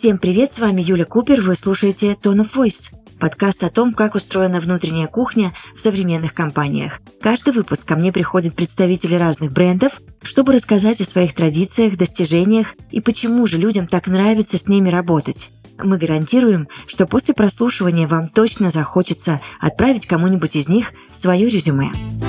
Всем привет, с вами Юля Купер, вы слушаете Tone of Voice, подкаст о том, как устроена внутренняя кухня в современных компаниях. Каждый выпуск ко мне приходят представители разных брендов, чтобы рассказать о своих традициях, достижениях и почему же людям так нравится с ними работать. Мы гарантируем, что после прослушивания вам точно захочется отправить кому-нибудь из них свое резюме.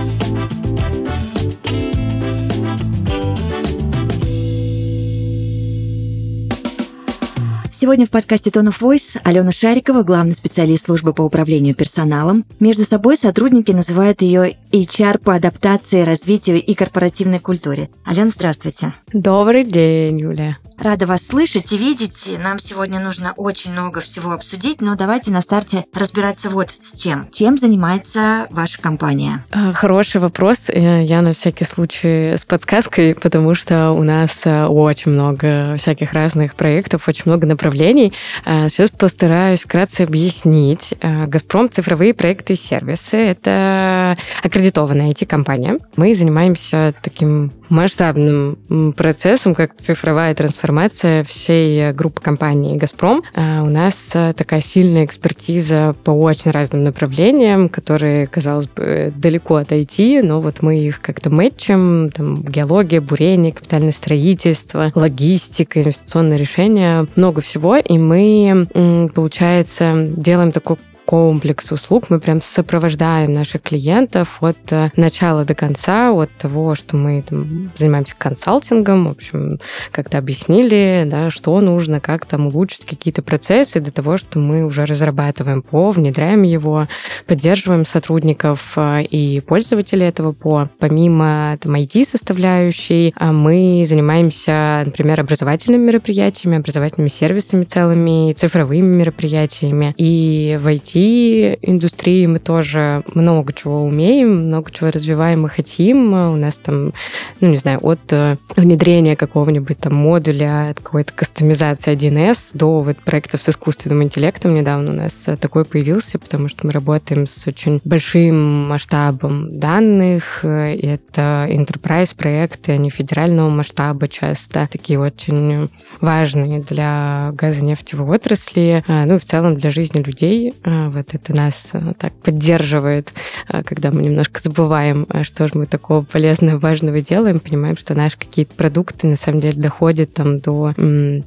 Сегодня в подкасте Tone of Voice Алена Шарикова, главный специалист службы по управлению персоналом. Между собой сотрудники называют ее HR по адаптации, развитию и корпоративной культуре. Алена, здравствуйте. Добрый день, Юля. Рада вас слышать и видеть. Нам сегодня нужно очень много всего обсудить, но давайте на старте разбираться вот с чем. Чем занимается ваша компания? Хороший вопрос. Я на всякий случай с подсказкой, потому что у нас очень много всяких разных проектов, очень много направлений. Сейчас постараюсь вкратце объяснить. «Газпром. Цифровые проекты и сервисы» — это аккредитованная IT-компания. Мы занимаемся таким масштабным процессом, как цифровая трансформация всей группы компаний «Газпром». У нас такая сильная экспертиза по очень разным направлениям, которые, казалось бы, далеко от IT, но вот мы их как-то мэтчим. Там геология, бурение, капитальное строительство, логистика, инвестиционные решения, много всего. И мы, получается, делаем такой комплекс услуг. Мы прям сопровождаем наших клиентов от начала до конца, от того, что мы там занимаемся консалтингом, в общем, как-то объяснили, да, что нужно, как там улучшить какие-то процессы, до того, что мы уже разрабатываем ПО, внедряем его, поддерживаем сотрудников и пользователей этого ПО. Помимо там IT-составляющей, мы занимаемся, например, образовательными мероприятиями, образовательными сервисами целыми, цифровыми мероприятиями. И в IT-индустрии мы тоже много чего умеем, много чего развиваем и хотим. У нас там, от внедрения какого-нибудь там модуля, от какой-то кастомизации 1С до вот проектов с искусственным интеллектом недавно у нас такой появился, потому что мы работаем с очень большим масштабом данных. Это enterprise проекты, они федерального масштаба часто, такие очень важные для газонефтевой отрасли, и в целом для жизни людей. Вот это нас так поддерживает, когда мы немножко забываем, что же мы такого полезного, важного делаем, понимаем, что наши какие-то продукты на самом деле доходят там до,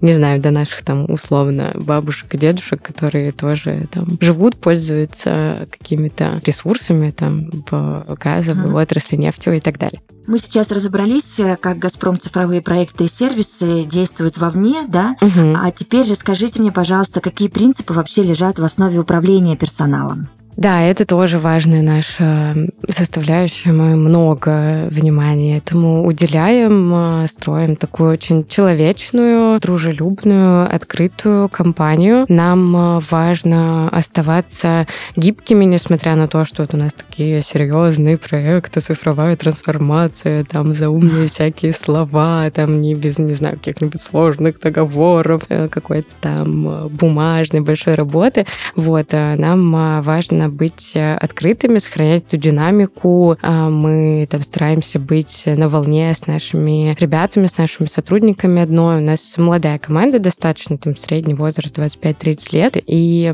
до наших там условно бабушек и дедушек, которые тоже там живут, пользуются какими-то ресурсами там в газовой отрасли, нефтевой и так далее. Мы сейчас разобрались, как «Газпром. Цифровые проекты и сервисы» действуют вовне, да? А теперь расскажите мне, пожалуйста, какие принципы вообще лежат в основе управления персоналом? Да, это тоже важная наша составляющая. Мы много внимания этому уделяем, строим такую очень человечную, дружелюбную, открытую компанию. Нам важно оставаться гибкими, несмотря на то, что вот у нас такие серьезные проекты, цифровая трансформация, там заумные всякие слова, там не без, каких-нибудь сложных договоров, какой-то там бумажной большой работы. Вот, нам важно быть открытыми, сохранять эту динамику. Мы там стараемся быть на волне с нашими ребятами, с нашими сотрудниками одной. У нас молодая команда достаточно, там средний возраст 25-30 лет, и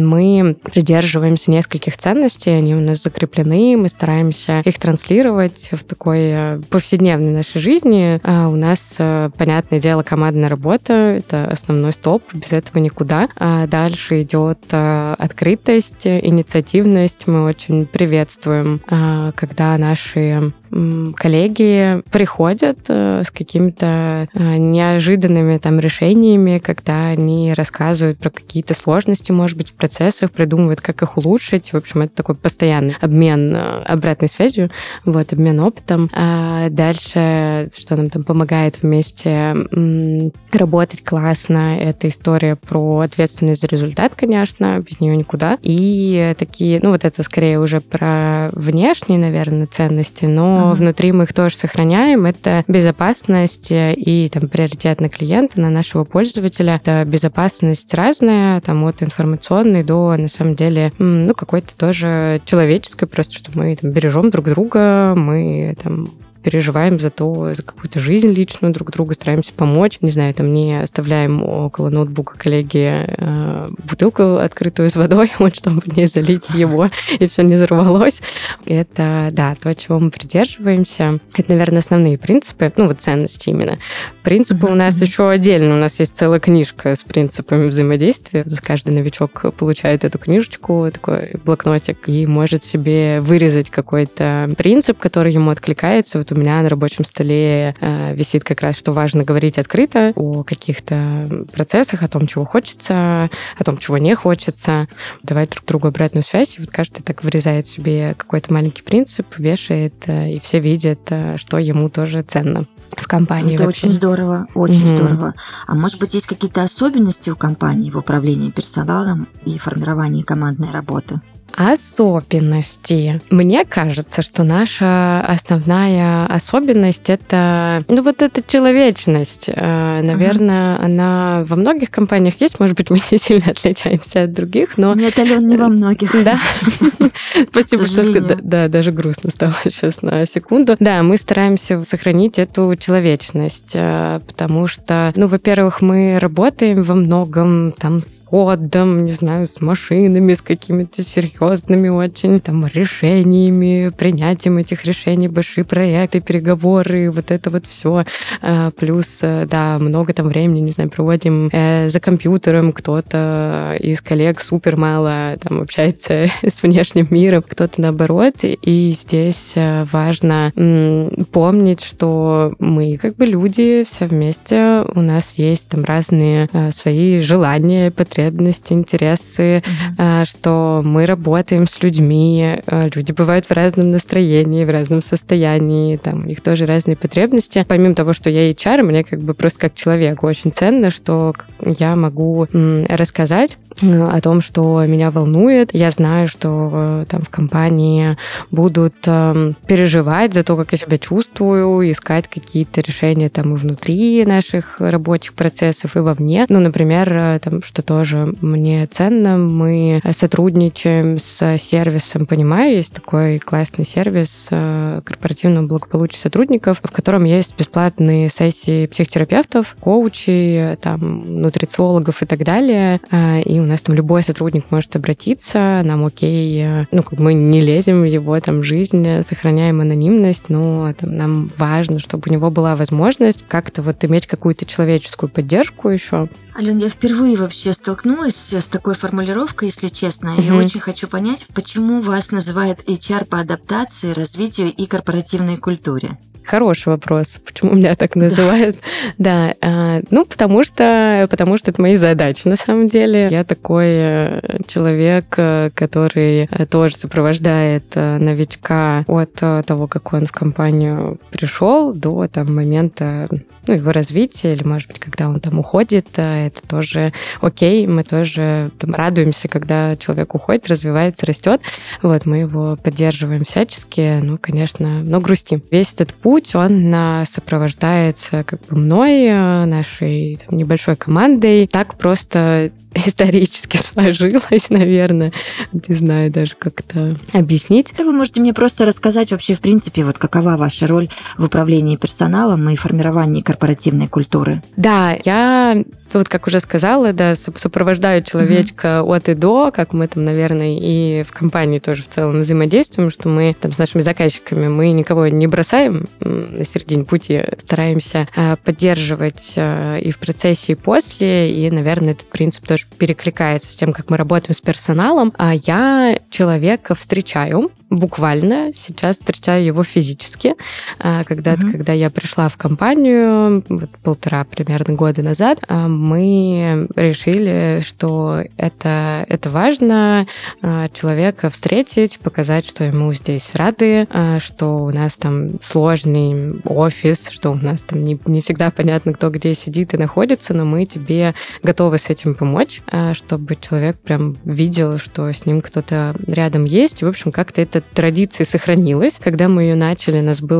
мы придерживаемся нескольких ценностей, они у нас закреплены, мы стараемся их транслировать в такой повседневной нашей жизни. У нас, понятное дело, командная работа, это основной столб, без этого никуда. Дальше идет открытость, инициативность. Мы очень приветствуем, когда наши коллеги приходят с какими-то неожиданными там решениями, когда они рассказывают про какие-то сложности, может быть, в процессах, придумывают, как их улучшить. В общем, это такой постоянный обмен обратной связью, обмен опытом. А дальше, что нам там помогает вместе работать классно, это история про ответственность за результат, конечно, без нее никуда. И такие, это скорее уже про внешние, наверное, ценности, но внутри мы их тоже сохраняем. Это безопасность и там приоритет на клиента, на нашего пользователя. Это безопасность разная, там от информационной до, на самом деле, какой-то тоже человеческой, просто что мы там бережем друг друга, мы там переживаем за какую-то жизнь личную друг друга, стараемся помочь. Не знаю, там не оставляем около ноутбука коллеги бутылку открытую с водой, вот чтобы не залить его, и все не взорвалось. Это, да, то, чего мы придерживаемся. Это, наверное, основные принципы, ценности именно. Принципы у нас еще отдельно. У нас есть целая книжка с принципами взаимодействия. Каждый новичок получает эту книжечку, такой блокнотик, и может себе вырезать какой-то принцип, который ему откликается. Вот у меня на рабочем столе висит как раз, что важно говорить открыто о каких-то процессах, о том, чего хочется, о том, чего не хочется, давать друг другу обратную связь. И вот каждый так вырезает себе какой-то маленький принцип, вешает, и все видят, что ему тоже ценно в компании. Это вообще. очень здорово, очень здорово. А может быть, есть какие-то особенности у компании в управлении персоналом и формировании командной работы? Особенности. Мне кажется, что наша основная особенность — это, эта человечность. Наверное, она во многих компаниях есть. Может быть, мы не сильно отличаемся от других, но... Нет, Алён, не во многих. Да. Спасибо, что сказали. Да, даже грустно стало сейчас на секунду. Да, мы стараемся сохранить эту человечность, потому что, во-первых, мы работаем во многом там с кодом, не знаю, с машинами, с какими-то серьезными очень там решениями, принятием этих решений, большие проекты, переговоры, вот это вот все. Плюс, да, много там времени, не знаю, проводим за компьютером, кто-то из коллег супер мало там общается с внешним миром, кто-то наоборот. И здесь важно помнить, что мы как бы люди все вместе, у нас есть там разные свои желания, потребности, интересы, что мы работаем с людьми, люди бывают в разном настроении, в разном состоянии, там у них тоже разные потребности. Помимо того, что я HR, мне как бы просто как человеку очень ценно, что я могу рассказать о том, что меня волнует. Я знаю, что там в компании будут переживать за то, как я себя чувствую, искать какие-то решения там и внутри наших рабочих процессов, и вовне. Например, там, что тоже мне ценно, мы сотрудничаем с сервисом «Понимаю». Есть такой классный сервис корпоративного благополучия сотрудников, в котором есть бесплатные сессии психотерапевтов, коучей, там, нутрициологов и так далее. И у нас там любой сотрудник может обратиться, нам окей, мы не лезем в его там жизнь, сохраняем анонимность, но там, нам важно, чтобы у него была возможность как-то иметь какую-то человеческую поддержку еще. Алён, я впервые вообще столкнулась с такой формулировкой, если честно. Я очень хочу понять, почему вас называют HR по адаптации, развитию и корпоративной культуре. Хороший вопрос. Почему меня так называют? Да, потому что это мои задачи, на самом деле. Я такой человек, который тоже сопровождает новичка от того, как он в компанию пришел, до момента его развития, или, может быть, когда он там уходит. Это тоже окей. Мы тоже радуемся, когда человек уходит, развивается, растет. Мы его поддерживаем всячески. Конечно, но грустим. Весь этот путь, он сопровождается мной, нашей небольшой командой. Так просто исторически сложилось, наверное. Не знаю даже, как это объяснить. Вы можете мне просто рассказать вообще, в принципе, какова ваша роль в управлении персоналом и формировании корпоративной культуры? Да, я, как уже сказала, да, сопровождаю человечка от и до, как мы там, наверное, и в компании тоже в целом взаимодействуем, что мы там с нашими заказчиками, мы никого не бросаем на середине пути, стараемся поддерживать и в процессе, и после, и, наверное, этот принцип тоже перекликается с тем, как мы работаем с персоналом. А я человека встречаю, буквально сейчас встречаю его физически. Когда я пришла в компанию 1,5 примерно года назад, мы решили, что это важно человека встретить, показать, что ему здесь рады, что у нас там сложный офис, что у нас там не всегда понятно, кто где сидит и находится, но мы тебе готовы с этим помочь, чтобы человек прям видел, что с ним кто-то рядом есть. И, в общем, как-то эта традиция сохранилась. Когда мы ее начали, нас было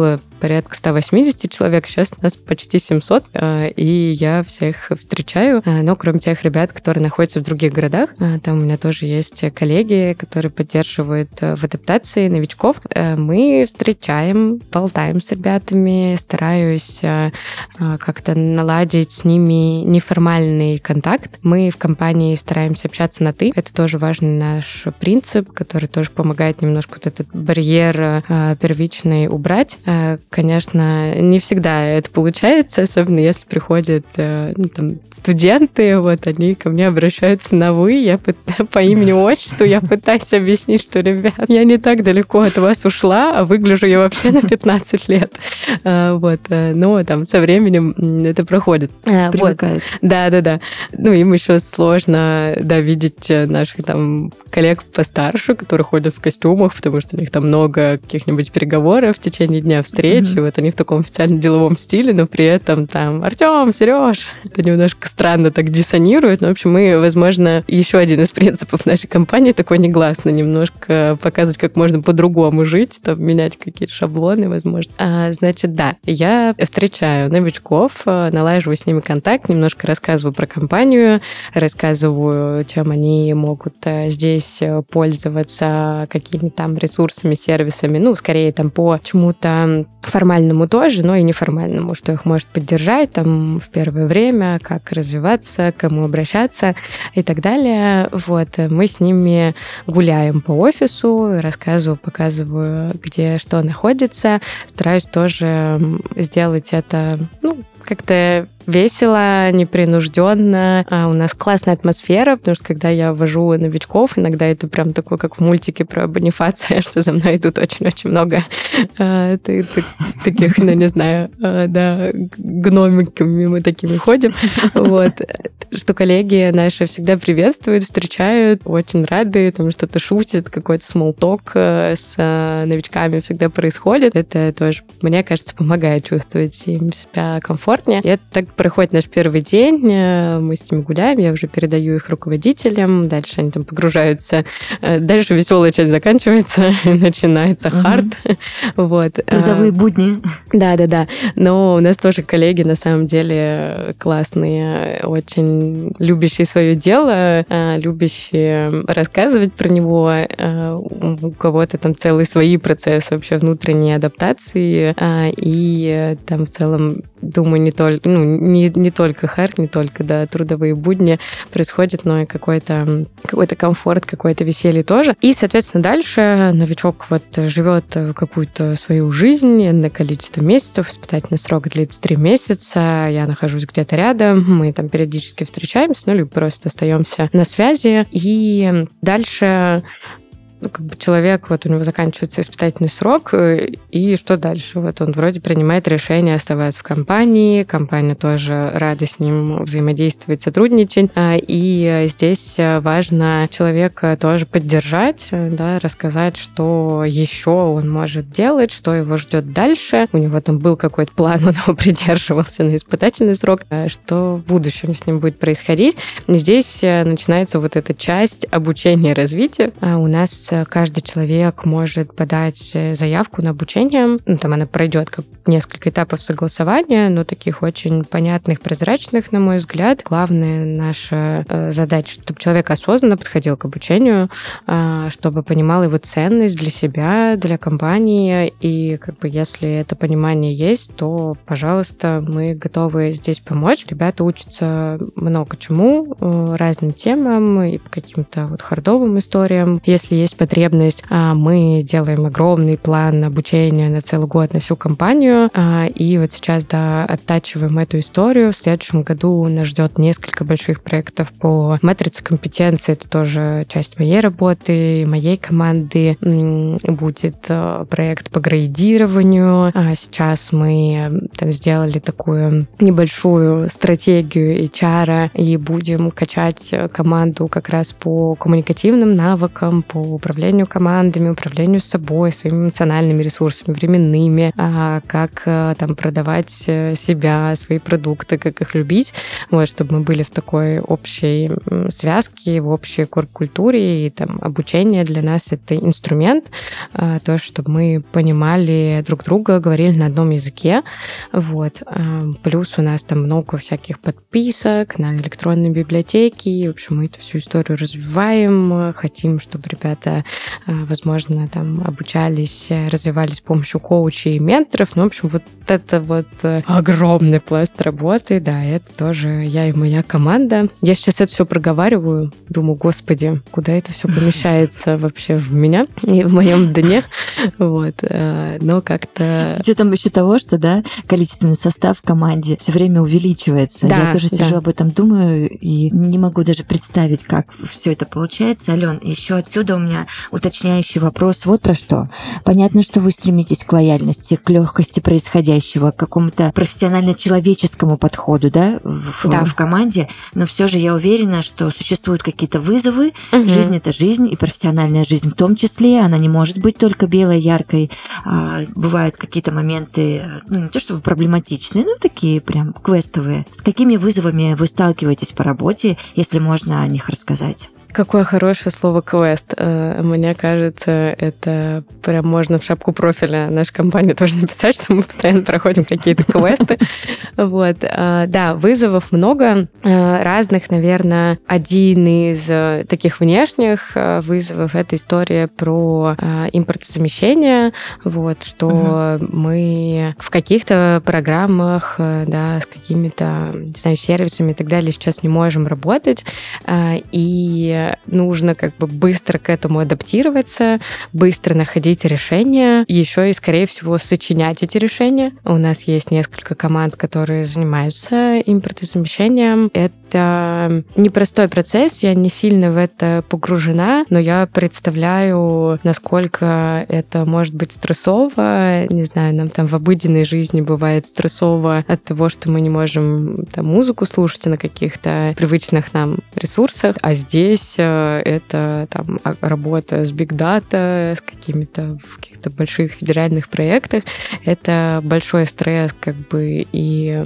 порядка 180 человек, сейчас нас почти 700, и я всех встречаю. Но кроме тех ребят, которые находятся в других городах, там у меня тоже есть коллеги, которые поддерживают в адаптации новичков. Мы встречаем, болтаем с ребятами, стараюсь как-то наладить с ними неформальный контакт. Мы в компании стараемся общаться на «ты». Это тоже важный наш принцип, который тоже помогает немножко вот этот барьер первичный убрать. Конечно, не всегда это получается, особенно если приходят студенты, вот они ко мне обращаются на «вы», я по имени-отчеству, я пытаюсь объяснить, что, ребят, я не так далеко от вас ушла, а выгляжу я вообще на 15 лет. Вот. Но там со временем это проходит. Привыкает. Вот. Да. Ну, им еще сложно, видеть наших там коллег постарше, которые ходят в костюмах, потому что у них там много каких-нибудь переговоров в течение дня, встреч, и вот они в таком официальном деловом стиле, но при этом там Артём, Серёж, это немножко странно так диссонирует. Но, в общем, мы, возможно, еще один из принципов нашей компании такой негласный, немножко показывать, как можно по-другому жить, там, менять какие-то шаблоны, возможно. Значит, да, я встречаю новичков, налаживаю с ними контакт, немножко рассказываю про компанию, рассказываю, чем они могут здесь пользоваться, какими там ресурсами, сервисами, ну, скорее там по чему-то формальному тоже, но и неформальному, что их может поддержать там в первое время, как развиваться, к кому обращаться и так далее. Вот, мы с ними гуляем по офису, рассказываю, показываю, где что находится, стараюсь тоже сделать это, как-то весело, непринужденно. У нас классная атмосфера, потому что когда я вожу новичков, иногда это прям такое, как в мультике про Бонифация, что за мной идут очень-очень много таких, не знаю, гномиками мы такими ходим. Вот. Что коллеги наши всегда приветствуют, встречают, очень рады, там что-то шутят, какой-то смолток с новичками всегда происходит. Это тоже, мне кажется, помогает чувствовать им себя комфортнее. И это так проходит наш первый день, мы с ними гуляем, я уже передаю их руководителям, дальше они там погружаются, дальше веселая часть заканчивается, начинается хард. Вот. Трудовые будни. Да. Но у нас тоже коллеги, на самом деле, классные, очень любящие свое дело, любящие рассказывать про него. У кого-то там целые свои процессы вообще внутренней адаптации, и там в целом, думаю, не только хард, не только трудовые будни происходят, но и какой-то комфорт, какое-то веселье тоже. И, соответственно, дальше новичок вот живет какую-то свою жизнь на количество месяцев, испытательный срок длится 3 месяца, я нахожусь где-то рядом, мы там периодически встречаемся, либо просто остаемся на связи, и дальше человек, вот у него заканчивается испытательный срок, и что дальше? Вот он вроде принимает решение оставаться в компании, компания тоже рада с ним взаимодействовать, сотрудничать, и здесь важно человека тоже поддержать, рассказать, что еще он может делать, что его ждет дальше. У него там был какой-то план, он его придерживался на испытательный срок, что в будущем с ним будет происходить. Здесь начинается вот эта часть обучения и развития. У нас каждый человек может подать заявку на обучение. Там она пройдет как несколько этапов согласования, но таких очень понятных, прозрачных, на мой взгляд. Главная наша задача, чтобы человек осознанно подходил к обучению, чтобы понимал его ценность для себя, для компании. И если это понимание есть, то, пожалуйста, мы готовы здесь помочь. Ребята учатся много чему, разным темам и каким-то хардовым историям. Если есть потребность, мы делаем огромный план обучения на целый год на всю компанию, и вот сейчас, оттачиваем эту историю. В следующем году нас ждет несколько больших проектов по матрице компетенций. Это тоже часть моей работы, моей команды. Будет проект по грейдированию. Сейчас мы там сделали такую небольшую стратегию HR и будем качать команду как раз по коммуникативным навыкам, по управлению управлению командами, управлению собой, своими эмоциональными ресурсами, временными, как там продавать себя, свои продукты, как их любить, вот, чтобы мы были в такой общей связке, в общей корп-культуре, и там обучение для нас — это инструмент, то, чтобы мы понимали друг друга, говорили на одном языке, вот. Плюс у нас там много всяких подписок на электронной библиотеке, и, в общем, мы эту всю историю развиваем, хотим, чтобы ребята, возможно, там обучались, развивались с помощью коучей и менторов, ну, в общем, вот это вот огромный пласт работы, да, это тоже я и моя команда. Я сейчас это все проговариваю, думаю, господи, куда это все помещается вообще в меня и в моем дне, вот, но как-то... С учетом еще того, что, да, количественный состав в команде все время увеличивается. Да, я тоже сижу об этом думаю и не могу даже представить, как все это получается. Алён, еще отсюда у меня уточняющий вопрос вот про что. Понятно, что вы стремитесь к лояльности, к легкости происходящего, к какому-то профессионально-человеческому подходу, да, в команде, но все же я уверена, что существуют какие-то вызовы. Жизнь — это жизнь, и профессиональная жизнь в том числе. Она не может быть только белой, яркой. Бывают какие-то моменты, ну, не то чтобы проблематичные, но такие прям квестовые. С какими вызовами вы сталкиваетесь по работе, если можно о них рассказать? Какое хорошее слово «квест». Мне кажется, это прям можно в шапку профиля нашей компании тоже написать, что мы постоянно проходим какие-то квесты. Вот. Да, вызовов много разных, наверное. Один из таких внешних вызовов — это история про импортозамещение, вот, что мы в каких-то программах, да, с какими-то, не знаю, сервисами и так далее сейчас не можем работать, и нужно как бы быстро к этому адаптироваться, быстро находить решения, еще и, скорее всего, сочинять эти решения. У нас есть несколько команд, которые занимаются импортозамещением. Это непростой процесс, я не сильно в это погружена, но я представляю, насколько это может быть стрессово. Не знаю, нам там в обыденной жизни бывает стрессово от того, что мы не можем там музыку слушать на каких-то привычных нам ресурсах, а здесь это там работа с Big Data, с какими-то больших федеральных проектах. Это большой стресс как бы и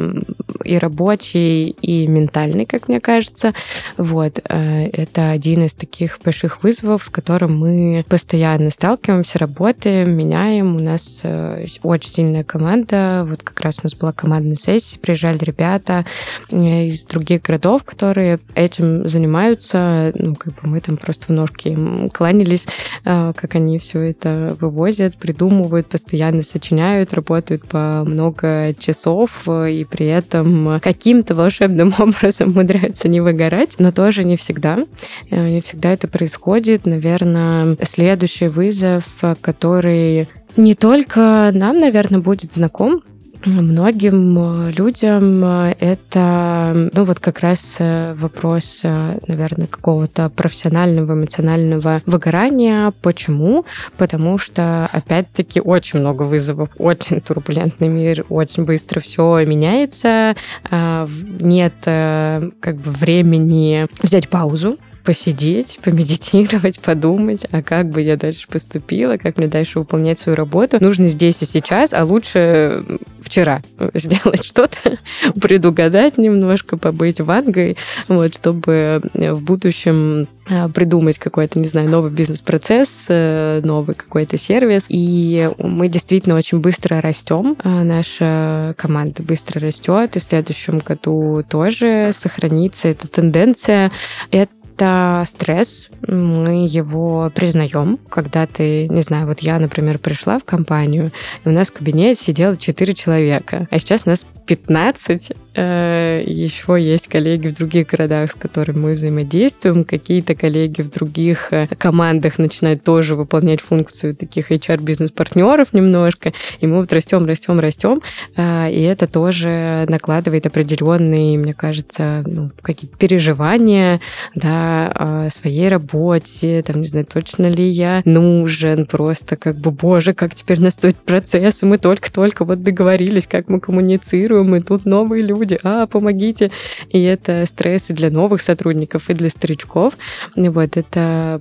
рабочий, и ментальный, как мне кажется. Вот. Это один из таких больших вызовов, с которым мы постоянно сталкиваемся, работаем, меняем. У нас очень сильная команда. Вот как раз у нас была командная сессия, приезжали ребята из других городов, которые этим занимаются. Ну, как бы мы там просто в ножки им кланялись, как они все это вывозят, придумывают, постоянно сочиняют, работают по много часов и при этом каким-то волшебным образом умудряются не выгорать, но тоже не всегда. Не всегда это происходит. Наверное, следующий вызов, который не только нам, наверное, будет знаком, многим людям это, ну вот как раз вопрос, наверное, какого-то профессионального, эмоционального выгорания. Почему? Потому что, опять-таки, очень много вызовов, очень турбулентный мир, очень быстро все меняется, нет как бы времени взять паузу, посидеть, помедитировать, подумать, а как бы я дальше поступила, как мне дальше выполнять свою работу. Нужно здесь и сейчас, а лучше вчера сделать что-то, предугадать немножко, побыть вангой, вот, чтобы в будущем придумать какой-то, не знаю, новый бизнес-процесс, новый какой-то сервис. И мы действительно очень быстро растем. Наша команда быстро растет, и в следующем году тоже сохранится эта тенденция. Это стресс, мы его признаем, когда ты, не знаю, вот я, например, пришла в компанию, и у нас в кабинете сидело 4 человека, а сейчас нас 15, еще есть коллеги в других городах, с которыми мы взаимодействуем, какие-то коллеги в других командах начинают тоже выполнять функцию таких HR-бизнес-партнеров немножко, и мы вот растем, и это тоже накладывает определенные, мне кажется, какие-то переживания, да, о своей работе, там, не знаю, точно ли я нужен, просто боже, как теперь настроить процесс, и мы только-только вот договорились, как мы коммуницируем, и тут новые люди, помогите. И это стресс и для новых сотрудников, и для старичков. Вот, это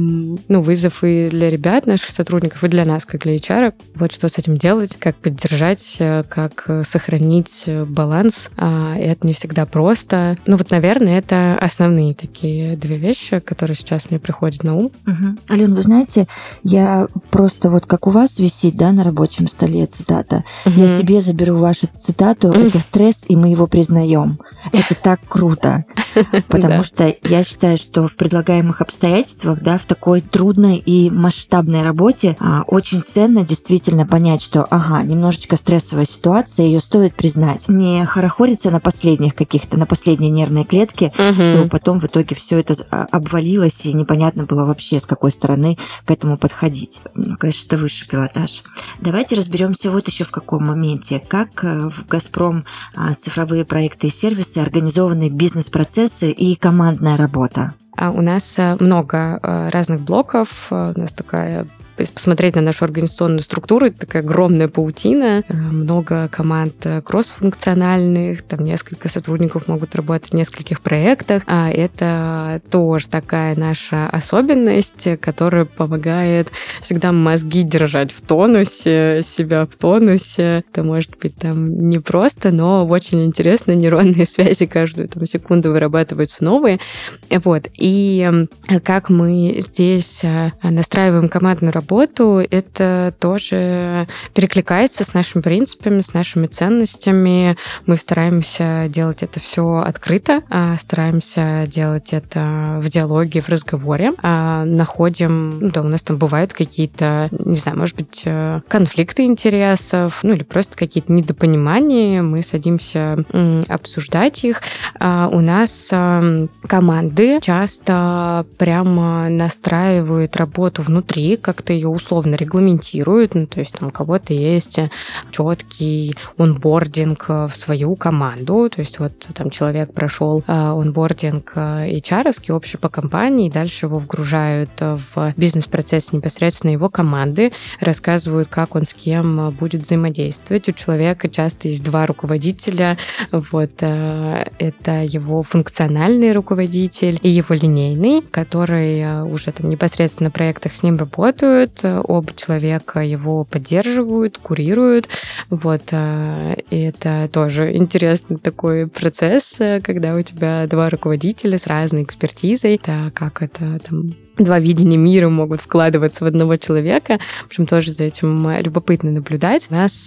вызов и для ребят, наших сотрудников, и для нас, как для HR. Вот что с этим делать, как поддержать, как сохранить баланс. И это не всегда просто. Наверное, это основные такие две вещи, которые сейчас мне приходят на ум. Алёна, вы знаете, я просто вот как у вас висит, на рабочем столе цитата, я себе заберу вашу цитату, это стресс, и мы его признаем. Это так круто, потому что я считаю, что в предлагаемых обстоятельствах, в такой трудной и масштабной работе очень ценно действительно понять, что немножечко стрессовая ситуация, ее стоит признать. Не хорохориться на последних каких-то, на последней нервной клетке, чтобы потом в итоге все это обвалилось, и непонятно было вообще, с какой стороны к этому подходить. Конечно, это высший пилотаж. Давайте разберемся вот еще в каком моменте. Как в «Газпром» цифровые проекты и сервисы, организованы бизнес-процессы и командная работа? У нас много разных блоков, у нас такая... Если посмотреть на нашу организационную структуру, это такая огромная паутина, много команд кроссфункциональных, там несколько сотрудников могут работать в нескольких проектах. Это тоже такая наша особенность, которая помогает всегда мозги держать в тонусе, себя в тонусе. Это может быть там непросто, но очень интересно, нейронные связи каждую секунду вырабатываются новые. Вот. И как мы здесь настраиваем командную работу, это тоже перекликается с нашими принципами, с нашими ценностями. Мы стараемся делать это все открыто, стараемся делать это в диалоге, в разговоре. Находим, у нас там бывают какие-то, не знаю, может быть, конфликты интересов, или просто какие-то недопонимания. Мы садимся обсуждать их. У нас команды часто прямо настраивают работу внутри, как-то ее условно регламентируют, то есть там у кого-то есть четкий онбординг в свою команду, то есть вот там человек прошел онбординг HR-овский, общий по компании, дальше его вгружают в бизнес-процесс непосредственно его команды, рассказывают, как он с кем будет взаимодействовать. У человека часто есть два руководителя, вот это его функциональный руководитель и его линейный, который уже там непосредственно на проектах с ним работают, оба человека его поддерживают, курируют. Вот. И это тоже интересный такой процесс, когда у тебя два руководителя с разной экспертизой. Это как это там два видения мира могут вкладываться в одного человека. В общем, тоже за этим любопытно наблюдать. У нас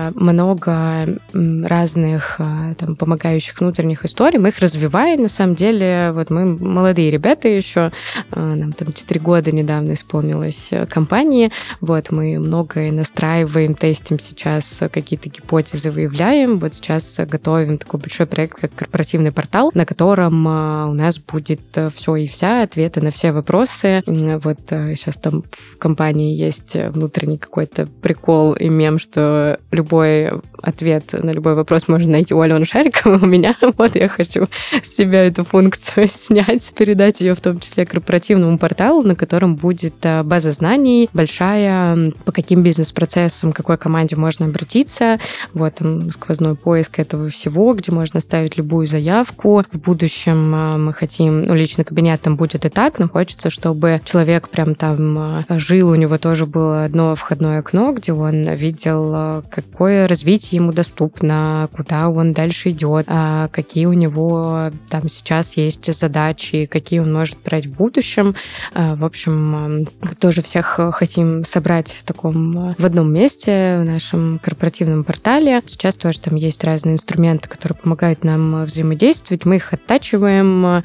много разных там помогающих внутренних историй. Мы их развиваем. На самом деле, вот мы молодые ребята еще. Нам там 4 года недавно исполнилось компании. Вот мы многое настраиваем, тестим сейчас, какие-то гипотезы выявляем. Вот сейчас готовим такой большой проект, как корпоративный портал, на котором у нас будет все и вся, ответы на все вопросы. Вот сейчас там в компании есть внутренний какой-то прикол и мем, что любой ответ на любой вопрос можно найти у Алены Шариковой, у меня. Вот я хочу с себя эту функцию снять, передать ее в том числе корпоративному порталу, на котором будет база знаний большая, по каким бизнес-процессам, к какой команде можно обратиться. Вот там сквозной поиск этого всего, где можно ставить любую заявку. В будущем мы хотим, личный кабинет там будет и так, но хочется, чтобы человек прям там жил, у него тоже было одно входное окно, где он видел, какое развитие ему доступно, куда он дальше идет, какие у него там сейчас есть задачи, какие он может брать в будущем. В общем, тоже всех хотим собрать в одном месте в нашем корпоративном портале. Сейчас тоже там есть разные инструменты, которые помогают нам взаимодействовать. Мы их оттачиваем,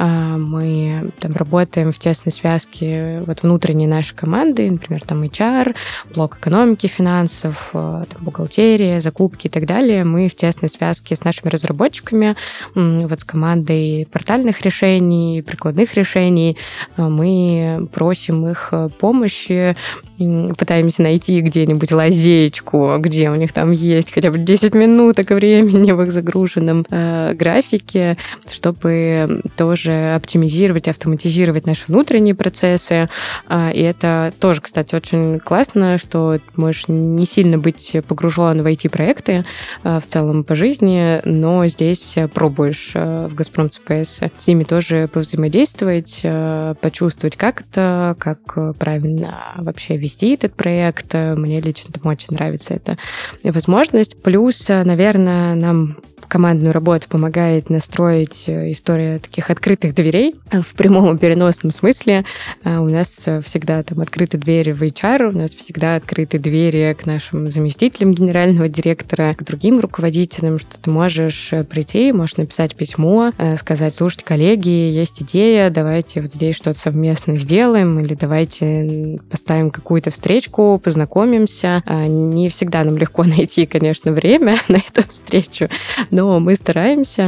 мы там работаем в тесной связке вот внутренней нашей команды, например, там HR, блок экономики, финансов, там, бухгалтерия, закупки и так далее. Мы в тесной связке с нашими разработчиками, вот с командой портальных решений, прикладных решений. Мы просим их помощи пытаемся найти где-нибудь лазеечку, где у них там есть хотя бы 10 минуток времени в их загруженном графике, чтобы тоже оптимизировать, автоматизировать наши внутренние процессы. И это тоже, кстати, очень классно, что можешь не сильно быть погружен в IT-проекты в целом по жизни, но здесь пробуешь в «Газпром ЦПС» с ними тоже повзаимодействовать, почувствовать, как это, как правильно вообще вести этот проект. Мне лично там очень нравится эта возможность. Плюс, наверное, нам командную работу помогает настроить история таких открытых дверей в прямом и переносном смысле. У нас всегда там открыты двери в HR, у нас всегда открыты двери к нашим заместителям генерального директора, к другим руководителям, что ты можешь прийти, можешь написать письмо, сказать: слушайте, коллеги, есть идея, давайте вот здесь что-то совместно сделаем, или давайте поставим какую-то встречку, познакомимся. Не всегда нам легко найти, конечно, время на эту встречу, но мы стараемся.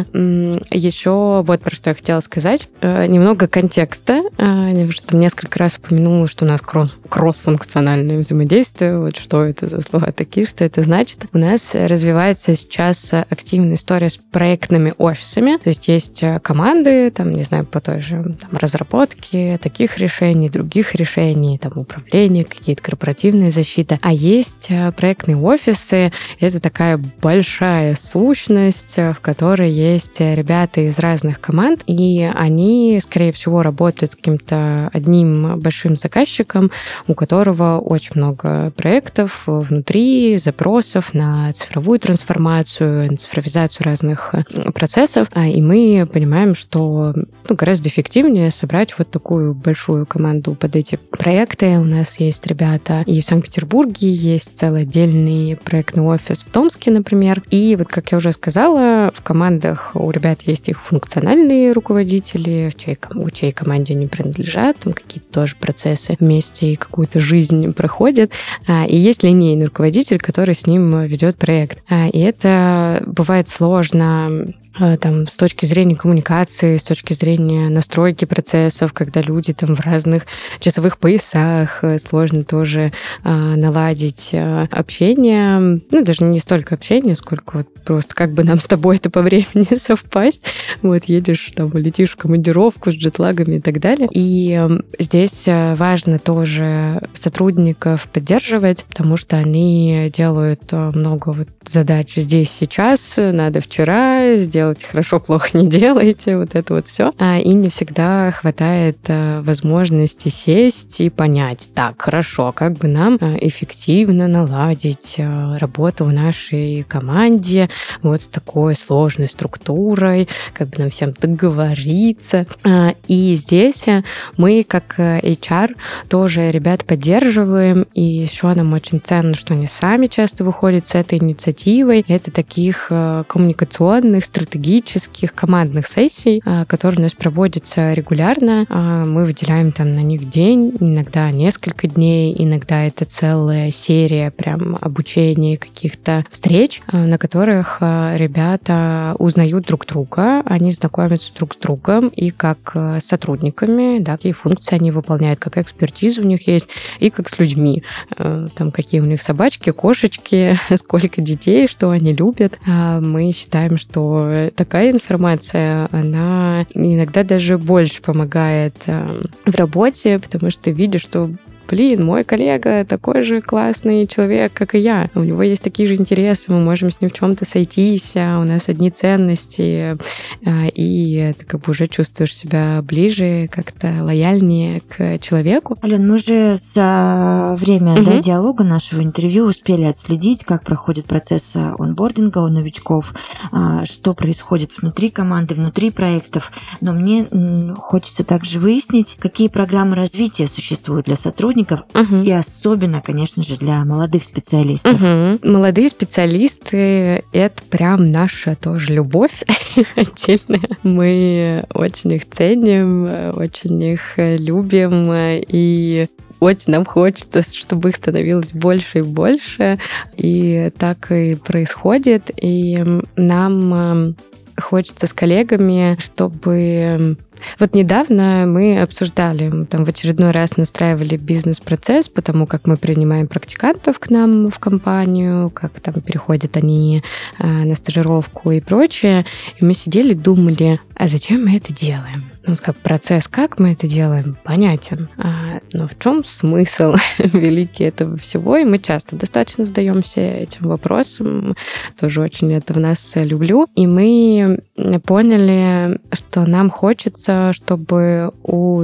Еще вот про что я хотела сказать. Немного контекста. Я уже там несколько раз упомянула, что у нас кросс-функциональное взаимодействие. Вот что это за слова такие, что это значит. У нас развивается сейчас активная история с проектными офисами. То есть команды, там, не знаю, по той же там, разработке таких решений, других решений, там, управление, какие-то корпоративные защиты. А есть проектные офисы. Это такая большая сущность, в которой есть ребята из разных команд, и они, скорее всего, работают с каким-то одним большим заказчиком, у которого очень много проектов внутри, запросов на цифровую трансформацию, на цифровизацию разных процессов, и мы понимаем, что гораздо эффективнее собрать вот такую большую команду под эти проекты. У нас есть ребята и в Санкт-Петербурге, есть целый отдельный проектный офис в Томске, например, и вот, как я уже сказала, в командах у ребят есть их функциональные руководители, чьей команде они принадлежат, там какие-то тоже процессы вместе и какую-то жизнь проходят. И есть линейный руководитель, который с ним ведет проект. И это бывает сложно там, с точки зрения коммуникации, с точки зрения настройки процессов, когда люди там в разных часовых поясах, сложно тоже наладить общение. Даже не столько общение, сколько вот просто как бы нам с тобой это по времени совпасть. Вот едешь, там, летишь в командировку с джетлагами и так далее. И здесь важно тоже сотрудников поддерживать, потому что они делают много вот задач здесь, сейчас, надо вчера сделать хорошо, плохо не делайте, вот это вот все. И не всегда хватает возможности сесть и понять: так, хорошо, как бы нам эффективно наладить работу в нашей команде вот с такой сложной структурой, как бы нам всем договориться. И здесь мы, как HR, тоже ребят поддерживаем, и еще нам очень ценно, что они сами часто выходят с этой инициативой. Это таких коммуникационных, стратегических, командных сессий, которые у нас проводятся регулярно. Мы выделяем там на них день, иногда несколько дней, иногда это целая серия прям обучения, каких-то встреч, на которых ребята узнают друг друга, они знакомятся друг с другом и как с сотрудниками, да, какие функции они выполняют, какая экспертиза у них есть, и как с людьми. Там какие у них собачки, кошечки, сколько детей, что они любят. Мы считаем, что такая информация, она иногда даже больше помогает в работе, потому что ты видишь, что мой коллега такой же классный человек, как и я. У него есть такие же интересы, мы можем с ним в чем-то сойтись, у нас одни ценности, и ты как бы уже чувствуешь себя ближе, как-то лояльнее к человеку. Ален, мы же за время диалога нашего интервью успели отследить, как проходит процесс онбординга у новичков, что происходит внутри команды, внутри проектов. Но мне хочется также выяснить, какие программы развития существуют для сотрудников, и особенно, конечно же, для молодых специалистов. Молодые специалисты — это прям наша тоже любовь отдельная. Мы очень их ценим, очень их любим, и очень нам хочется, чтобы их становилось больше и больше. И так и происходит. И нам хочется с коллегами, чтобы Вот недавно мы обсуждали, там в очередной раз настраивали бизнес-процесс, потому как мы принимаем практикантов к нам в компанию, как там переходят они на стажировку и прочее. И мы сидели, думали, а зачем мы это делаем? Как процесс, как мы это делаем, понятен. Но в чем смысл великий этого всего? И мы часто достаточно задаемся этим вопросом. Тоже очень это в нас люблю. И мы поняли, что нам хочется, чтобы у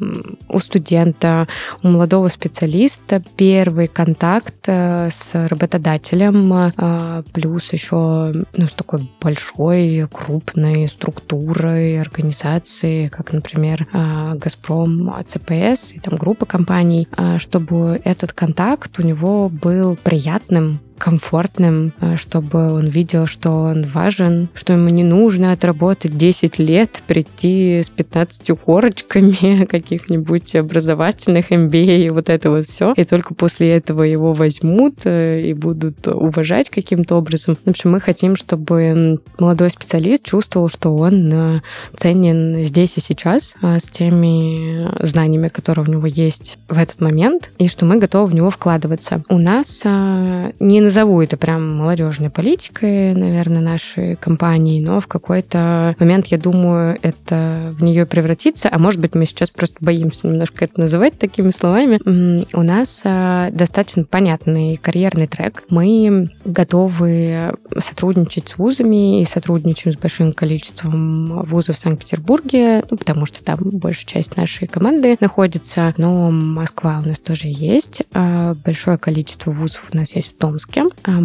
студента, у молодого специалиста первый контакт с работодателем, плюс еще с такой большой, крупной структурой, организацией, как, например, «Газпром», ЦПС и там группа компаний, чтобы этот контакт у него был приятным, комфортным, чтобы он видел, что он важен, что ему не нужно отработать 10 лет, прийти с 15 корочками каких-нибудь образовательных MBA и вот это вот все. И только после этого его возьмут и будут уважать каким-то образом. В общем, мы хотим, чтобы молодой специалист чувствовал, что он ценен здесь и сейчас с теми знаниями, которые у него есть в этот момент, и что мы готовы в него вкладываться. У нас не назову это прям молодежной политикой, наверное, нашей компании, но в какой-то момент, я думаю, это в нее превратится, а может быть, мы сейчас просто боимся немножко это называть такими словами. У нас достаточно понятный карьерный трек. Мы готовы сотрудничать с вузами и сотрудничаем с большим количеством вузов в Санкт-Петербурге, потому что там большая часть нашей команды находится, но Москва у нас тоже есть, большое количество вузов у нас есть в Томске.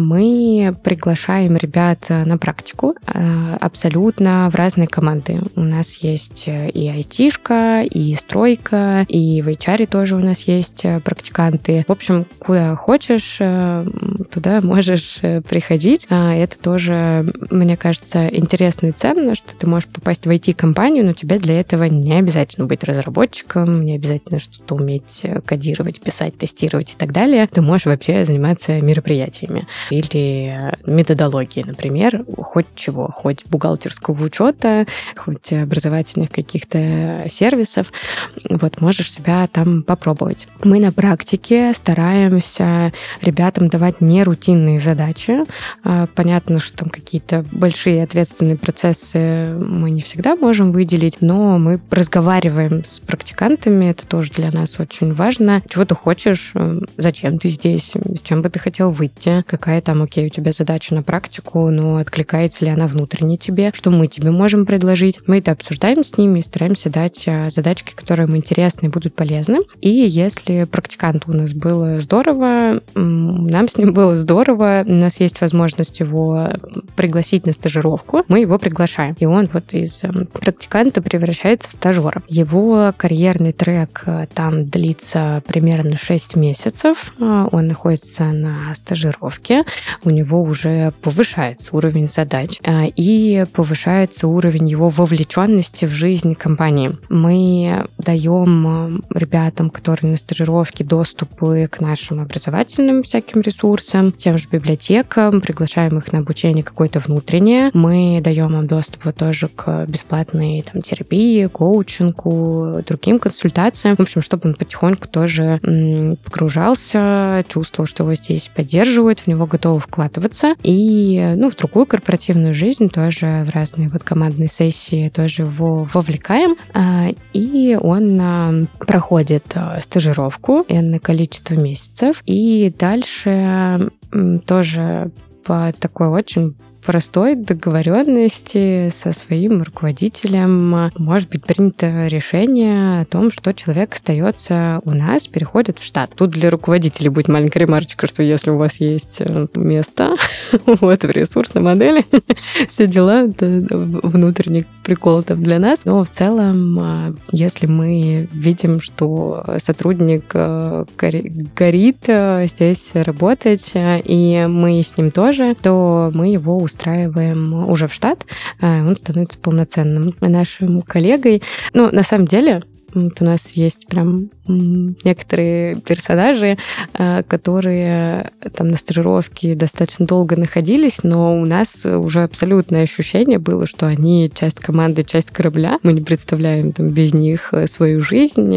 Мы приглашаем ребят на практику абсолютно в разные команды. У нас есть и айтишка, и стройка, и в HR тоже у нас есть практиканты. В общем, куда хочешь, туда можешь приходить. Это тоже, мне кажется, интересно и ценно, что ты можешь попасть в IT-компанию, но тебе для этого не обязательно быть разработчиком, не обязательно что-то уметь кодировать, писать, тестировать и так далее. Ты можешь вообще заниматься мероприятиями или методологией, например, хоть чего, хоть бухгалтерского учета, хоть образовательных каких-то сервисов. Вот, можешь себя там попробовать. Мы на практике стараемся ребятам давать нерутинные задачи. Понятно, что там какие-то большие ответственные процессы мы не всегда можем выделить, но мы разговариваем с практикантами, это тоже для нас очень важно. Чего ты хочешь, зачем ты здесь, с чем бы ты хотел выйти, какая там, окей, у тебя задача на практику, но откликается ли она внутренне тебе, что мы тебе можем предложить. Мы это обсуждаем с ними и стараемся дать задачки, которые им интересны и будут полезны. И если практиканту у нас было здорово, нам с ним было здорово, у нас есть возможность его пригласить на стажировку, мы его приглашаем. И он вот из практиканта превращается в стажера. Его карьерный трек там длится примерно 6 месяцев. Он находится на стажировке, у него уже повышается уровень задач и повышается уровень его вовлеченности в жизнь компании. Мы даем ребятам, которые на стажировке, доступы к нашим образовательным всяким ресурсам, тем же библиотекам, приглашаем их на обучение какое-то внутреннее. Мы даем им доступ тоже к бесплатной там, терапии, коучингу, другим консультациям. В общем, чтобы он потихоньку тоже погружался, чувствовал, что его здесь поддерживают, в него готовы вкладываться. И в другую корпоративную жизнь тоже, в разные вот командные сессии тоже его вовлекаем. И он проходит стажировку энное количество месяцев. И дальше тоже по такой очень простой договоренности со своим руководителем может быть принято решение о том, что человек остается у нас, переходит в штат. Тут для руководителей будет маленькая ремарочка, что если у вас есть место вот в ресурсной модели, все дела, внутренний прикол там для нас. Но в целом, если мы видим, что сотрудник горит здесь работать, и мы с ним тоже, то мы его устраиваем уже в штат, он становится полноценным нашим коллегой. Но на самом деле у нас есть прям некоторые персонажи, которые там на стажировке достаточно долго находились, но у нас уже абсолютное ощущение было, что они часть команды, часть корабля. Мы не представляем там без них свою жизнь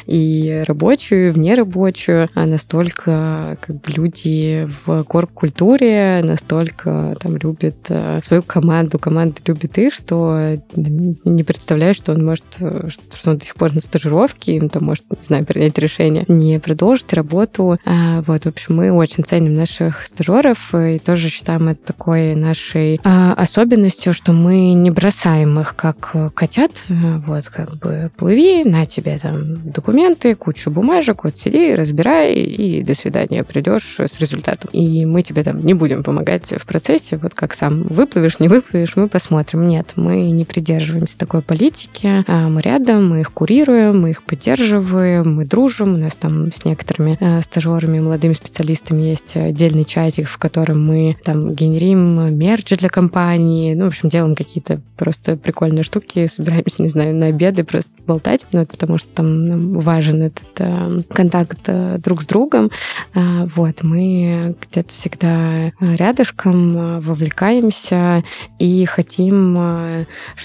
и рабочую, и внерабочую, а настолько как бы люди в корп-культуре настолько там любят свою команду, команда любит их, что не представляю, что он может, что он до сих пор на стажировке, он там может, не знаю, принять решение не продолжить работу. Вот, в общем, мы очень ценим наших стажеров и тоже считаем это такой нашей особенностью, что мы не бросаем их как котят, вот, как бы плыви, на тебе там документы, кучу бумажек, вот сиди, разбирай, и до свидания, придешь с результатом. И мы тебе там не будем помогать в процессе, вот как сам выплывешь, не выплывешь, мы посмотрим. Нет, мы не придерживаемся такой политики, мы рядом, мы их курируем, мы их поддерживаем, мы дружим, у нас там с некоторыми стажерами, молодыми специалистами есть отдельный чатик, в котором мы там генерим мерч для компании, ну, в общем, делаем какие-то просто прикольные штуки, собираемся, не знаю, на обеды просто болтать, ну, потому что там нам важен этот контакт друг с другом. Вот, мы где-то всегда рядышком вовлекаемся и хотим,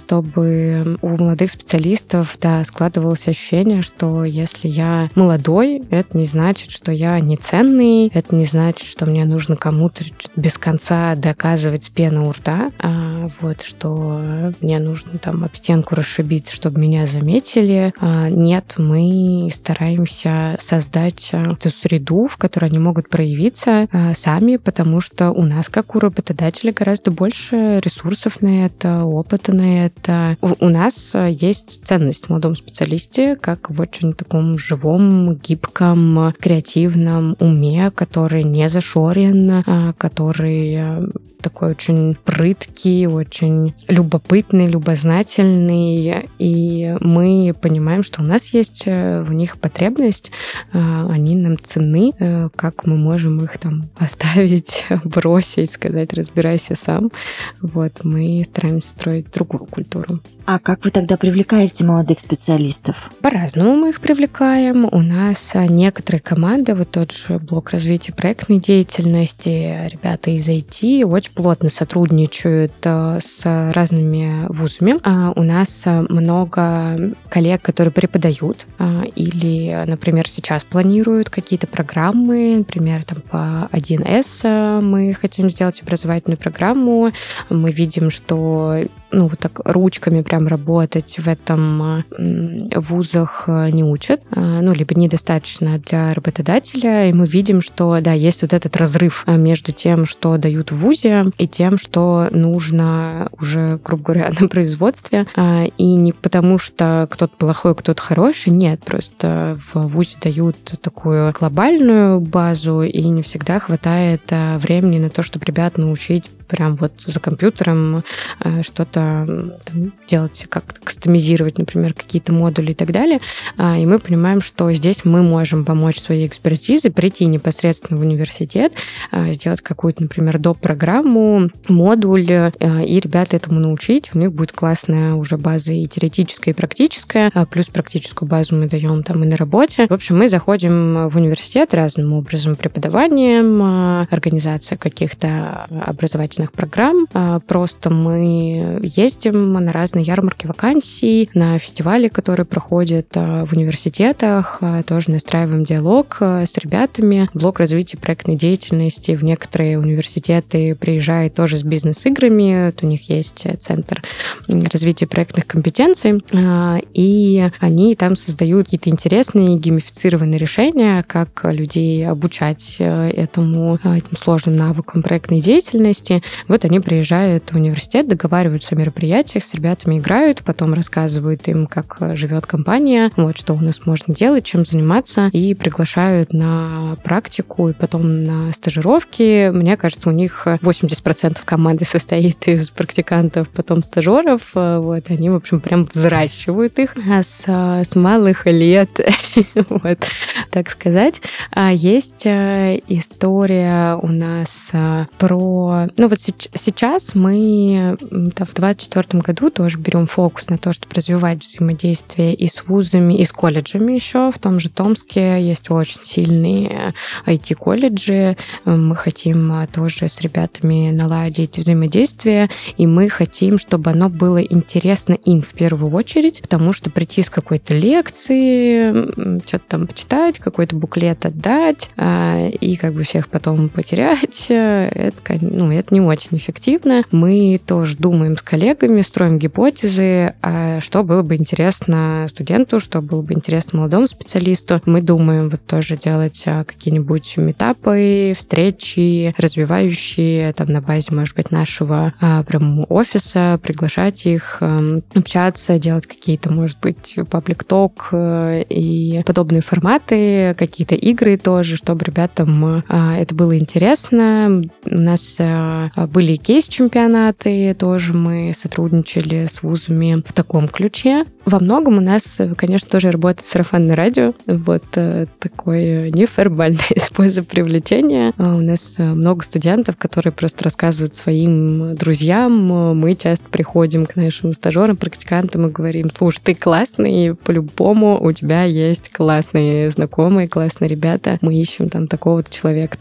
чтобы у молодых специалистов, да, складывалось ощущение, что если я молодой, это не значит, что я не ценный, это не значит, что мне нужно кому-то без конца доказывать с пены у рта, вот, что мне нужно там об стенку расшибиться, чтобы меня заметили. Нет, мы стараемся создать эту среду, в которой они могут проявиться сами, потому что у нас, как у работодателя, гораздо больше ресурсов на это, опыта на это. У нас есть ценность в молодом специалисте, как в очень таком живом, гибком, креативном уме, который не зашорен, который такой очень прыткий, очень любопытный, любознательный, и мы понимаем, что у нас есть в них потребность, они нам ценны, как мы можем их там оставить, бросить, сказать, разбирайся сам. Вот, мы стараемся строить другую культуру. А как вы тогда привлекаете молодых специалистов? По-разному мы их привлекаем. У нас некоторые команды, вот тот же блок развития проектной деятельности, ребята из IT очень плотно сотрудничают с разными вузами. У нас много коллег, которые преподают или, например, сейчас планируют какие-то программы, например, там по 1С мы хотим сделать образовательную программу. Мы видим, что вот так ручками прям работать в этом вузах не учат, либо недостаточно для работодателя, и мы видим, что, да, есть вот этот разрыв между тем, что дают в вузе, и тем, что нужно уже, грубо говоря, на производстве, и не потому, что кто-то плохой, кто-то хороший, нет, просто в вузе дают такую глобальную базу, и не всегда хватает времени на то, чтобы ребят научить прям вот за компьютером что-то там делать, как-то кастомизировать, например, какие-то модули и так далее. И мы понимаем, что здесь мы можем помочь своей экспертизой, прийти непосредственно в университет, сделать какую-то, например, доп-программу, модуль, и ребята этому научить. У них будет классная уже база и теоретическая, и практическая, плюс практическую базу мы даем там и на работе. В общем, мы заходим в университет разным образом, преподаванием, организация каких-то образовательных программ. Просто мы ездим на разные ярмарки вакансий, на фестивали, которые проходят в университетах, тоже настраиваем диалог с ребятами. Блок развития проектной деятельности в некоторые университеты приезжает тоже с бизнес-играми. Вот у них есть центр развития проектных компетенций, и они там создают какие-то интересные геймифицированные решения, как людей обучать этим сложным навыкам проектной деятельности. Вот они приезжают в университет, договариваются о мероприятиях, с ребятами играют, потом рассказывают им, как живет компания, вот что у нас можно делать, чем заниматься, и приглашают на практику и потом на стажировки. Мне кажется, у них 80% команды состоит из практикантов, потом стажеров. Вот, они, в общем, прям взращивают их с малых лет, вот, так сказать. Есть история у нас про... вот сейчас мы там, в 2024 году тоже берем фокус на то, чтобы развивать взаимодействие и с вузами, и с колледжами еще. В том же Томске есть очень сильные IT-колледжи. Мы хотим тоже с ребятами наладить взаимодействие, и мы хотим, чтобы оно было интересно им в первую очередь, потому что прийти с какой-то лекции, что-то там почитать, какой-то буклет отдать, и как бы всех потом потерять, это не очень эффективно. Мы тоже думаем с коллегами, строим гипотезы, что было бы интересно студенту, что было бы интересно молодому специалисту. Мы думаем вот тоже делать какие-нибудь митапы, встречи, развивающие там на базе, может быть, нашего прям офиса, приглашать их, общаться, делать какие-то, может быть, паблик-ток и подобные форматы, какие-то игры тоже, чтобы ребятам это было интересно. У нас были кейс-чемпионаты, тоже мы сотрудничали с вузами в таком ключе. Во многом у нас, конечно, тоже работает сарафанное радио. Вот такой неформальный способ привлечения. У нас много студентов, которые просто рассказывают своим друзьям. Мы часто приходим к нашим стажерам, практикантам и говорим: слушай, ты классный, по-любому у тебя есть классные знакомые, классные ребята. Мы ищем там такого-то человека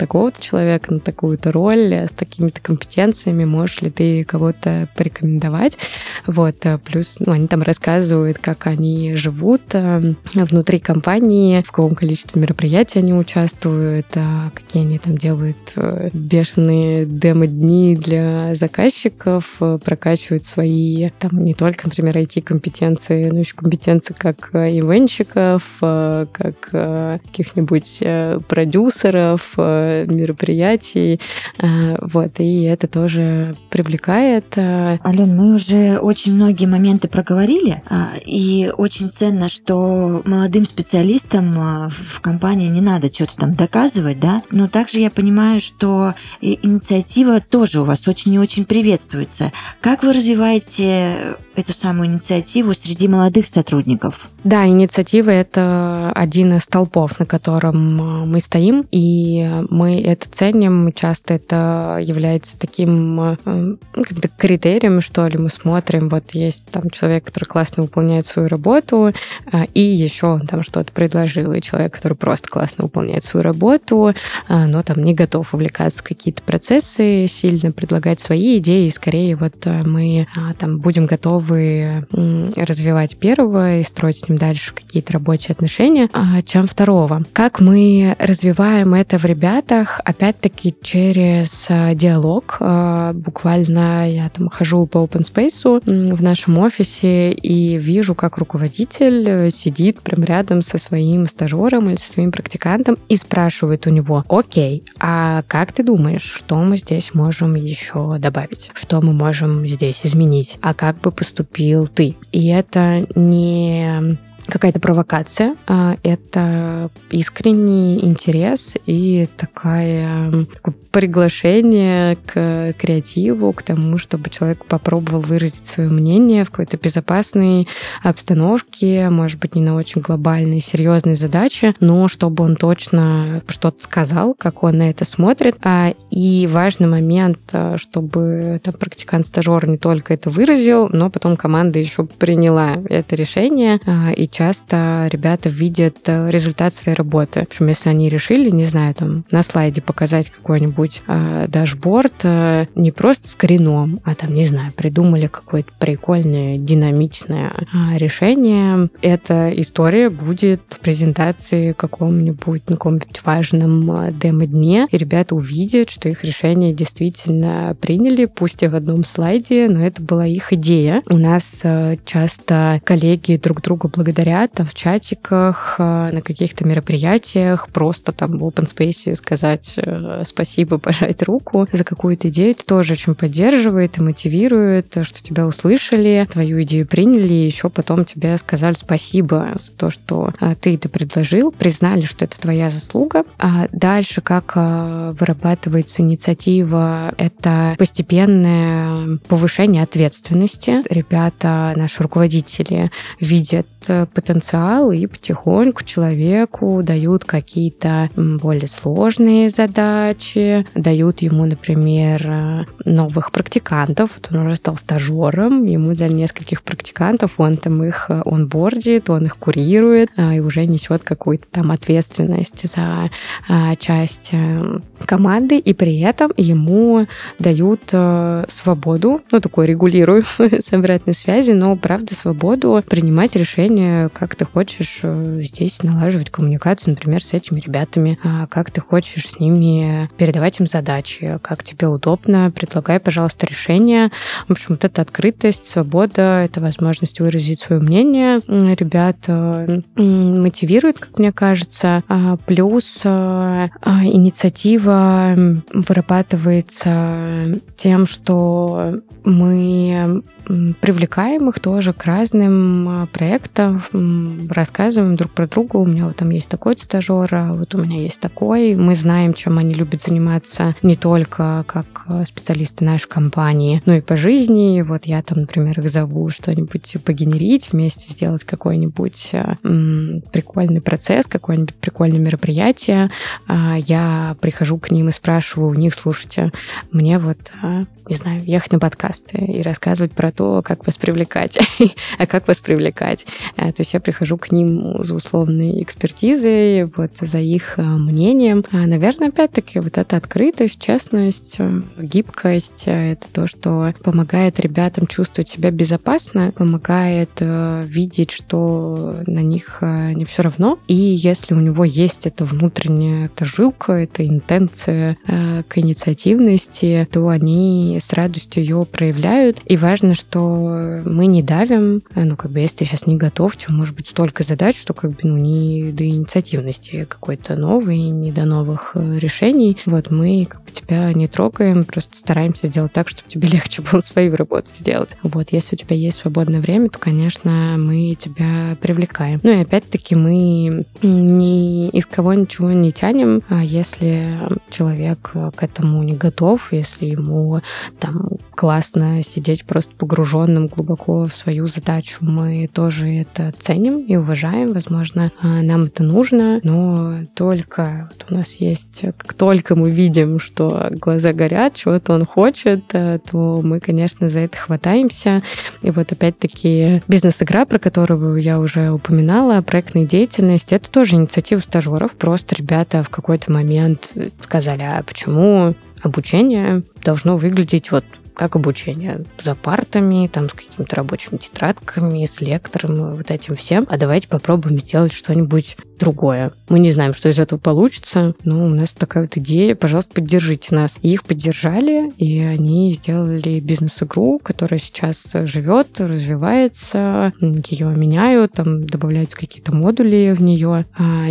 на такую-то роль, с такими-то компетенциями. Можешь ли ты кого-то порекомендовать? Вот. Плюс они там рассказывают, как они живут внутри компании, в каком количестве мероприятий они участвуют, какие они там делают бешеные демо-дни для заказчиков, прокачивают свои там не только, например, IT-компетенции, но еще компетенции как ивенщиков, как каких-нибудь продюсеров мероприятий. Вот, и это тоже привлекает. Алён, мы уже очень многие моменты проговорили, и очень ценно, что молодым специалистам в компании не надо что-то там доказывать, да, но также я понимаю, что инициатива тоже у вас очень и очень приветствуется. Как вы развиваете эту самую инициативу среди молодых сотрудников? Да, инициатива — это один из столпов, на котором мы стоим, и мы это ценим. Часто это является таким критерием, что ли. Мы смотрим, вот есть там человек, который классно выполняет свою работу, и еще он там что-то предложил, и человек, который просто классно выполняет свою работу, но там не готов увлекаться в какие-то процессы, сильно предлагать свои идеи, и скорее вот мы там будем готовы развивать первого и строить с ним дальше какие-то рабочие отношения, чем второго. Как мы развиваем это в ребятах? Опять-таки через диалог. Буквально я там хожу по open space в нашем офисе и вижу, как руководитель сидит прям рядом со своим стажером или со своим практикантом и спрашивает у него: окей, а как ты думаешь, что мы здесь можем еще добавить? Что мы можем здесь изменить? А как бы поступил ты? И это не какая-то провокация, это искренний интерес и такое приглашение к креативу, к тому, чтобы человек попробовал выразить свое мнение в какой-то безопасной обстановке, может быть, не на очень глобальной, серьезной задаче, но чтобы он точно что-то сказал, как он на это смотрит. И важный момент, чтобы там практикант-стажер не только это выразил, но потом команда еще приняла это решение, и часто ребята видят результат своей работы. В общем, если они решили, не знаю, там на слайде показать какой-нибудь дашборд не просто с скрином, а там, не знаю, придумали какое-то прикольное, динамичное решение, эта история будет в презентации на каком-нибудь важном демо-дне, и ребята увидят, что их решение действительно приняли, пусть и в одном слайде, но это была их идея. У нас часто коллеги друг друга благодарят там в чатиках, на каких-то мероприятиях, просто там в open space сказать спасибо, пожать руку за какую-то идею. Это тоже очень поддерживает и мотивирует, что тебя услышали, твою идею приняли, и еще потом тебе сказали спасибо за то, что ты это предложил, признали, что это твоя заслуга. А дальше, как вырабатывается инициатива, это постепенное повышение ответственности. Ребята, наши руководители, видят потенциал и потихоньку человеку дают какие-то более сложные задачи, дают ему, например, новых практикантов. Вот он уже стал стажером, ему дали нескольких практикантов, он там их онбордит, он их курирует и уже несет какую-то там ответственность за часть команды, и при этом ему дают свободу, такую регулируемую с обратной связи, но, правда, свободу принимать решения, как ты хочешь здесь налаживать коммуникацию, например, с этими ребятами, как ты хочешь с ними передавать им задачи, как тебе удобно, предлагай, пожалуйста, решения. В общем, вот эта открытость, свобода, это возможность выразить свое мнение. Ребят мотивирует, как мне кажется, плюс инициатива вырабатывается тем, что мы привлекаем их тоже к разным проектам, рассказываем друг про друга. У меня вот там есть такой стажер, а вот у меня есть такой. Мы знаем, чем они любят заниматься не только как специалисты нашей компании, но и по жизни. Вот я там, например, их зову что-нибудь погенерить, вместе сделать какой-нибудь прикольный процесс, какое-нибудь прикольное мероприятие. Я прихожу к ним и спрашиваю у них: слушайте, мне вот, не знаю, ехать на подкасты и рассказывать про то, как вас привлекать. А как вас привлекать? То есть я прихожу к ним за условной экспертизой, вот за их мнением. Наверное, опять-таки, вот эта открытость, честность, гибкость — это то, что помогает ребятам чувствовать себя безопасно, помогает видеть, что на них не все равно. И если у него есть эта внутренняя жилка, эта интенция к инициативности, то они с радостью ее проявляют. И важно, что мы не давим. Если ты сейчас не готов, у тебя может быть столько задач, что не до инициативности какой-то новой, не до новых решений. Вот мы тебя не трогаем, просто стараемся сделать так, чтобы тебе легче было свою работу сделать. Вот, если у тебя есть свободное время, то, конечно, мы тебя привлекаем. И опять-таки мы ни из кого ничего не тянем, а если человек к этому не готов, если ему там классно сидеть просто погруженным глубоко в свою задачу, мы тоже это ценим и уважаем. Возможно, нам это нужно, но только у нас есть, как только мы видим, что глаза горят, чего-то он хочет, то мы, конечно, за это хватаемся. И вот опять-таки бизнес-игра, про которую я уже упоминала, проектная деятельность, это тоже инициатива стажеров. Просто ребята в какой-то момент сказали: а почему обучение должно выглядеть как обучение, за партами, там, с какими-то рабочими тетрадками, с лектором, вот этим всем. А давайте попробуем сделать что-нибудь другое. Мы не знаем, что из этого получится, но у нас такая вот идея, пожалуйста, поддержите нас. И их поддержали, и они сделали бизнес-игру, которая сейчас живет, развивается, ее меняют, там добавляются какие-то модули в нее,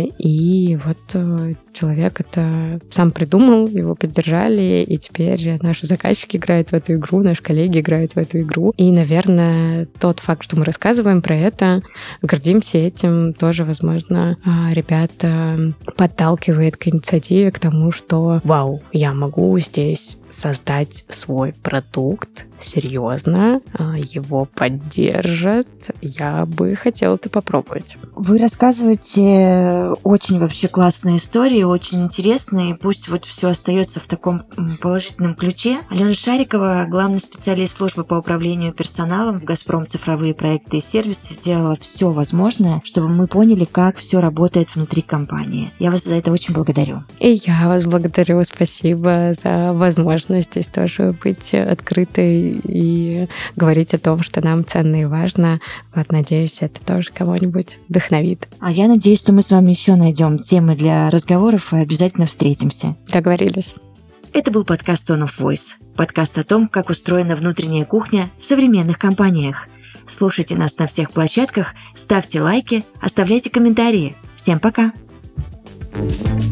и вот человек это сам придумал, его поддержали, и теперь наши заказчики играют в эту игру, наши коллеги играют в эту игру. И, наверное, тот факт, что мы рассказываем про это, гордимся этим, тоже, возможно, ребята подталкивает к инициативе, к тому, что вау, я могу здесь создать свой продукт, серьезно, его поддержат. Я бы хотела это попробовать. Вы рассказываете очень вообще классные истории, очень интересные. Пусть вот все остается в таком положительном ключе. Алена Шарикова, главный специалист службы по управлению персоналом в «Газпром цифровые проекты и сервисы», сделала все возможное, чтобы мы поняли, как все работает внутри компании. Я вас за это очень благодарю. И я вас благодарю. Спасибо за возможность здесь тоже быть открытой и говорить о том, что нам ценно и важно. Вот, надеюсь, это тоже кого-нибудь вдохновит. А я надеюсь, что мы с вами еще найдем темы для разговоров и обязательно встретимся. Договорились. Это был подкаст Tone of Voice. Подкаст о том, как устроена внутренняя кухня в современных компаниях. Слушайте нас на всех площадках, ставьте лайки, оставляйте комментарии. Всем пока!